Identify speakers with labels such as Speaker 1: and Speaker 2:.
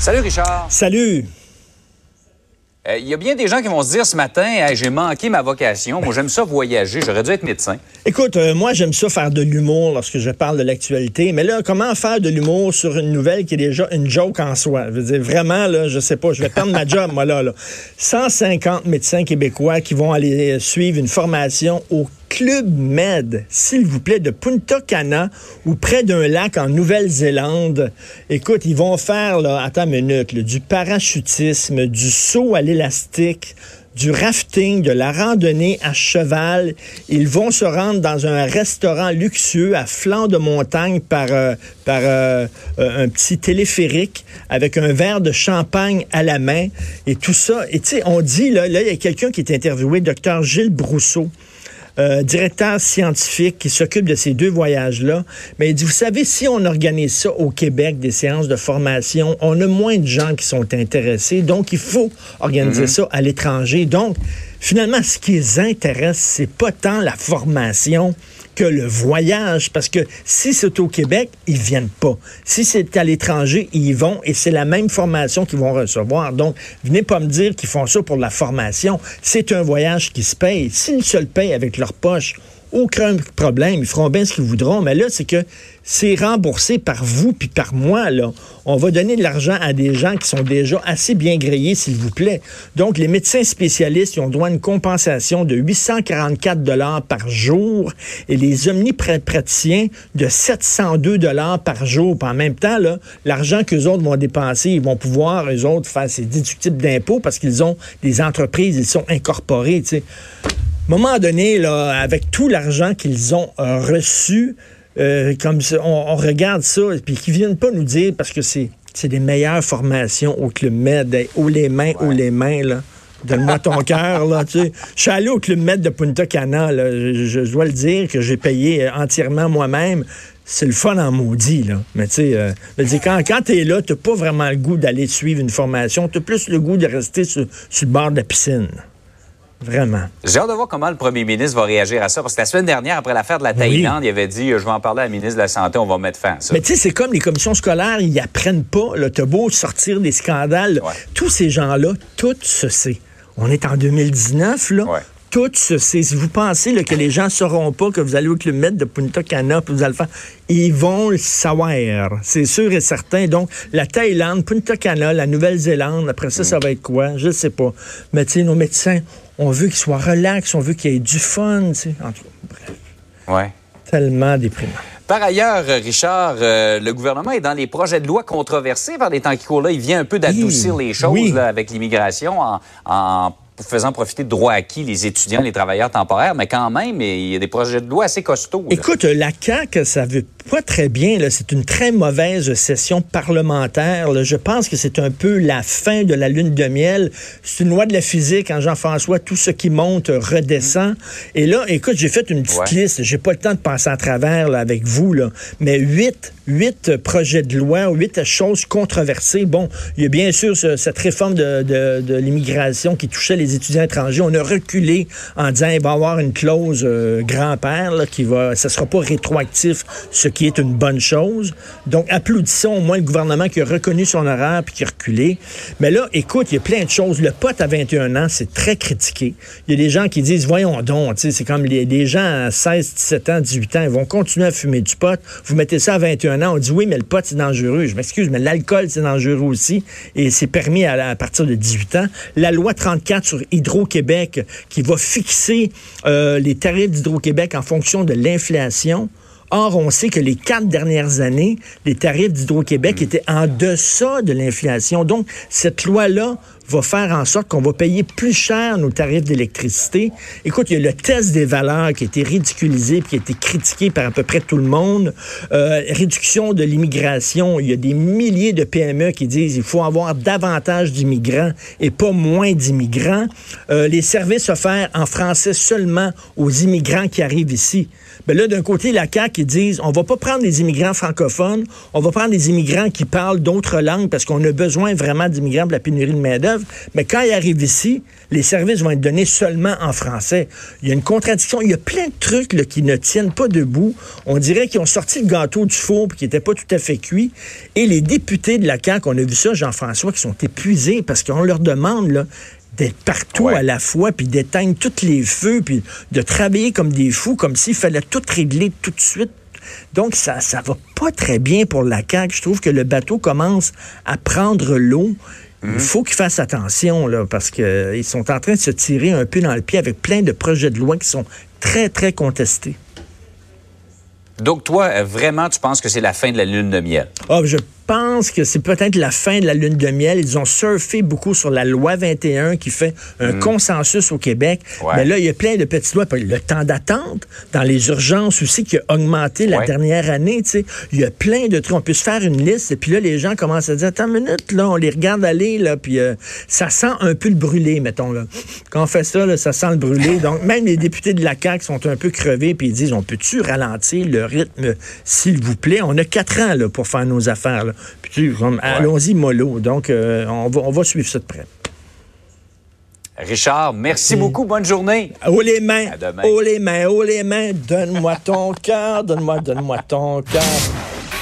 Speaker 1: Salut Richard.
Speaker 2: Salut.
Speaker 1: Il y a bien des gens qui vont se dire ce matin, hey, j'ai manqué ma vocation. Moi, j'aime ça voyager. J'aurais dû être médecin.
Speaker 2: Écoute, moi, j'aime ça faire de l'humour lorsque je parle de l'actualité. Mais là, comment faire de l'humour sur une nouvelle qui est déjà une joke en soi? Je veux dire, vraiment, là, je sais pas, je vais perdre ma job, moi, là. 150 médecins québécois qui vont aller suivre une formation au Club Med, s'il vous plaît, de Punta Cana ou près d'un lac en Nouvelle-Zélande. Écoute, ils vont faire, là, attends une minute, là, du parachutisme, du saut à l'élastique, du rafting, de la randonnée à cheval. Ils vont se rendre dans un restaurant luxueux à flanc de montagne par un petit téléphérique avec un verre de champagne à la main et tout ça. Et tu sais, on dit, là, il y a quelqu'un qui est interviewé, Dr. Gilles Brousseau, directeur scientifique qui s'occupe de ces deux voyages-là. Mais il dit, vous savez, si on organise ça au Québec, des séances de formation, on a moins de gens qui sont intéressés. Donc, il faut organiser ça à l'étranger. Donc, finalement, ce qui les intéresse, c'est pas tant la formation que le voyage, parce que si c'est au Québec, ils viennent pas. Si c'est à l'étranger, ils y vont, et c'est la même formation qu'ils vont recevoir. Donc, venez pas me dire qu'ils font ça pour la formation. C'est un voyage qui se paye. S'ils se le payent avec leur poche, aucun problème, ils feront bien ce qu'ils voudront, mais là, c'est que c'est remboursé par vous puis par moi, là. On va donner de l'argent à des gens qui sont déjà assez bien grillés, s'il vous plaît. Donc, les médecins spécialistes, ils ont droit à une compensation de 844 $ par jour et les omnipraticiens de 702 $ par jour. Puis en même temps, là, l'argent qu'eux autres vont dépenser, ils vont pouvoir, eux autres, faire ces déductibles d'impôts parce qu'ils ont des entreprises, ils sont incorporés, tu sais. À un moment donné, là, avec tout l'argent qu'ils ont reçu, comme ça, on regarde ça, puis qu'ils viennent pas nous dire, parce que c'est des meilleures formations au Club Med, haut les mains, là. Donne-moi ton cœur, là, tu sais. Je suis allé au Club Med de Punta Cana, là. Je dois le dire que j'ai payé entièrement moi-même. C'est le fun en maudit, là. Mais tu sais, quand t'es là, t'as pas vraiment le goût d'aller suivre une formation. T'as plus le goût de rester sur le bord de la piscine. Vraiment.
Speaker 1: J'ai hâte de voir comment le premier ministre va réagir à ça. Parce que la semaine dernière, après l'affaire de la Thaïlande, il avait dit, je vais en parler à la ministre de la Santé, on va mettre fin à ça.
Speaker 2: Mais tu sais, c'est comme les commissions scolaires, ils apprennent pas. T'as beau sortir des scandales. Ouais. Tous ces gens-là, tout se sait. On est en 2019, là. Ouais. Tout se sait. Si vous pensez là, que les gens ne sauront pas que vous allez au Club Med de Punta Cana, puis vous allez le faire, ils vont le savoir. C'est sûr et certain. Donc, la Thaïlande, Punta Cana, la Nouvelle-Zélande, après ça, ça va être quoi? Je ne sais pas. Mais tu sais, nos médecins, on veut qu'ils soient relax, on veut qu'il y ait du fun, tu sais. En tout cas, bref.
Speaker 1: Ouais.
Speaker 2: Tellement déprimant.
Speaker 1: Par ailleurs, Richard, le gouvernement est dans les projets de loi controversés par les temps qui courent là. Il vient un peu d'adoucir les choses là, avec l'immigration en faisant profiter de droits acquis les étudiants, les travailleurs temporaires, mais quand même, il y a des projets de loi assez costauds. Là.
Speaker 2: Écoute, la CAQ, ça veut pas très bien. Là. C'est une très mauvaise session parlementaire. Là. Je pense que c'est un peu la fin de la lune de miel. C'est une loi de la physique, hein, Jean-François. Tout ce qui monte redescend. Et là, écoute, j'ai fait une petite liste. J'ai pas le temps de passer à travers là, avec vous, là. Mais 8 projets de loi, 8 choses controversées. Bon, il y a bien sûr cette réforme de l'immigration qui touchait les étudiants étrangers. On a reculé en disant il va y avoir une clause grand-père là, ça sera pas rétroactif, ce qui est une bonne chose. Donc, applaudissons au moins le gouvernement qui a reconnu son erreur puis qui a reculé. Mais là, écoute, il y a plein de choses. Le pot à 21 ans, c'est très critiqué. Il y a des gens qui disent, voyons donc, c'est comme les gens à 16, 17 ans, 18 ans, ils vont continuer à fumer du pot. Vous mettez ça à 21 ans, on dit, oui, mais le pot, c'est dangereux. Je m'excuse, mais l'alcool, c'est dangereux aussi. Et c'est permis à partir de 18 ans. La loi 34 sur Hydro-Québec qui va fixer les tarifs d'Hydro-Québec en fonction de l'inflation. Or, on sait que les 4 dernières années, les tarifs d'Hydro-Québec étaient en deçà de l'inflation. Donc, cette loi-là va faire en sorte qu'on va payer plus cher nos tarifs d'électricité. Écoute, il y a le test des valeurs qui a été ridiculisé puis qui a été critiqué par à peu près tout le monde. Réduction de l'immigration. Il y a des milliers de PME qui disent qu'il faut avoir davantage d'immigrants et pas moins d'immigrants. Les services offerts en français seulement aux immigrants qui arrivent ici. Ben là, d'un côté, la CAQ, ils disent, on va pas prendre des immigrants francophones, on va prendre des immigrants qui parlent d'autres langues parce qu'on a besoin vraiment d'immigrants pour la pénurie de main-d'œuvre. Mais quand ils arrivent ici, les services vont être donnés seulement en français. Il y a une contradiction. Il y a plein de trucs là, qui ne tiennent pas debout. On dirait qu'ils ont sorti le gâteau du four et qui n'était pas tout à fait cuit. Et les députés de la CAQ, on a vu ça, Jean-François, qui sont épuisés parce qu'on leur demande là, d'être partout à la fois, puis d'éteindre tous les feux, puis de travailler comme des fous, comme s'il fallait tout régler tout de suite. Donc, ça va pas très bien pour la CAQ. Je trouve que le bateau commence à prendre l'eau. Il faut qu'ils fassent attention, là, parce qu'ils sont en train de se tirer un peu dans le pied avec plein de projets de loi qui sont très, très contestés.
Speaker 1: Donc, toi, vraiment, tu penses que c'est la fin de la lune de miel?
Speaker 2: Je pense que c'est peut-être la fin de la lune de miel. Ils ont surfé beaucoup sur la loi 21 qui fait un consensus au Québec. Ouais. Mais là, il y a plein de petites lois. Le temps d'attente dans les urgences aussi qui a augmenté la dernière année. T'sais. Il y a plein de trucs. On peut se faire une liste et puis là, les gens commencent à dire, attends une minute, là, on les regarde aller, là, puis ça sent un peu le brûlé, mettons. Là. Quand on fait ça, là, ça sent le brûlé. Donc, même les députés de la CAQ sont un peu crevés puis ils disent, on peut-tu ralentir le rythme, s'il vous plaît? On a 4 ans là, pour faire nos affaires. Là. Puis, allons-y mollo. Donc, on va suivre ça de près.
Speaker 1: Richard, merci beaucoup. Bonne journée.
Speaker 2: Haut les mains. À demain. Haut les mains. Donne-moi ton cœur. Donne-moi ton cœur.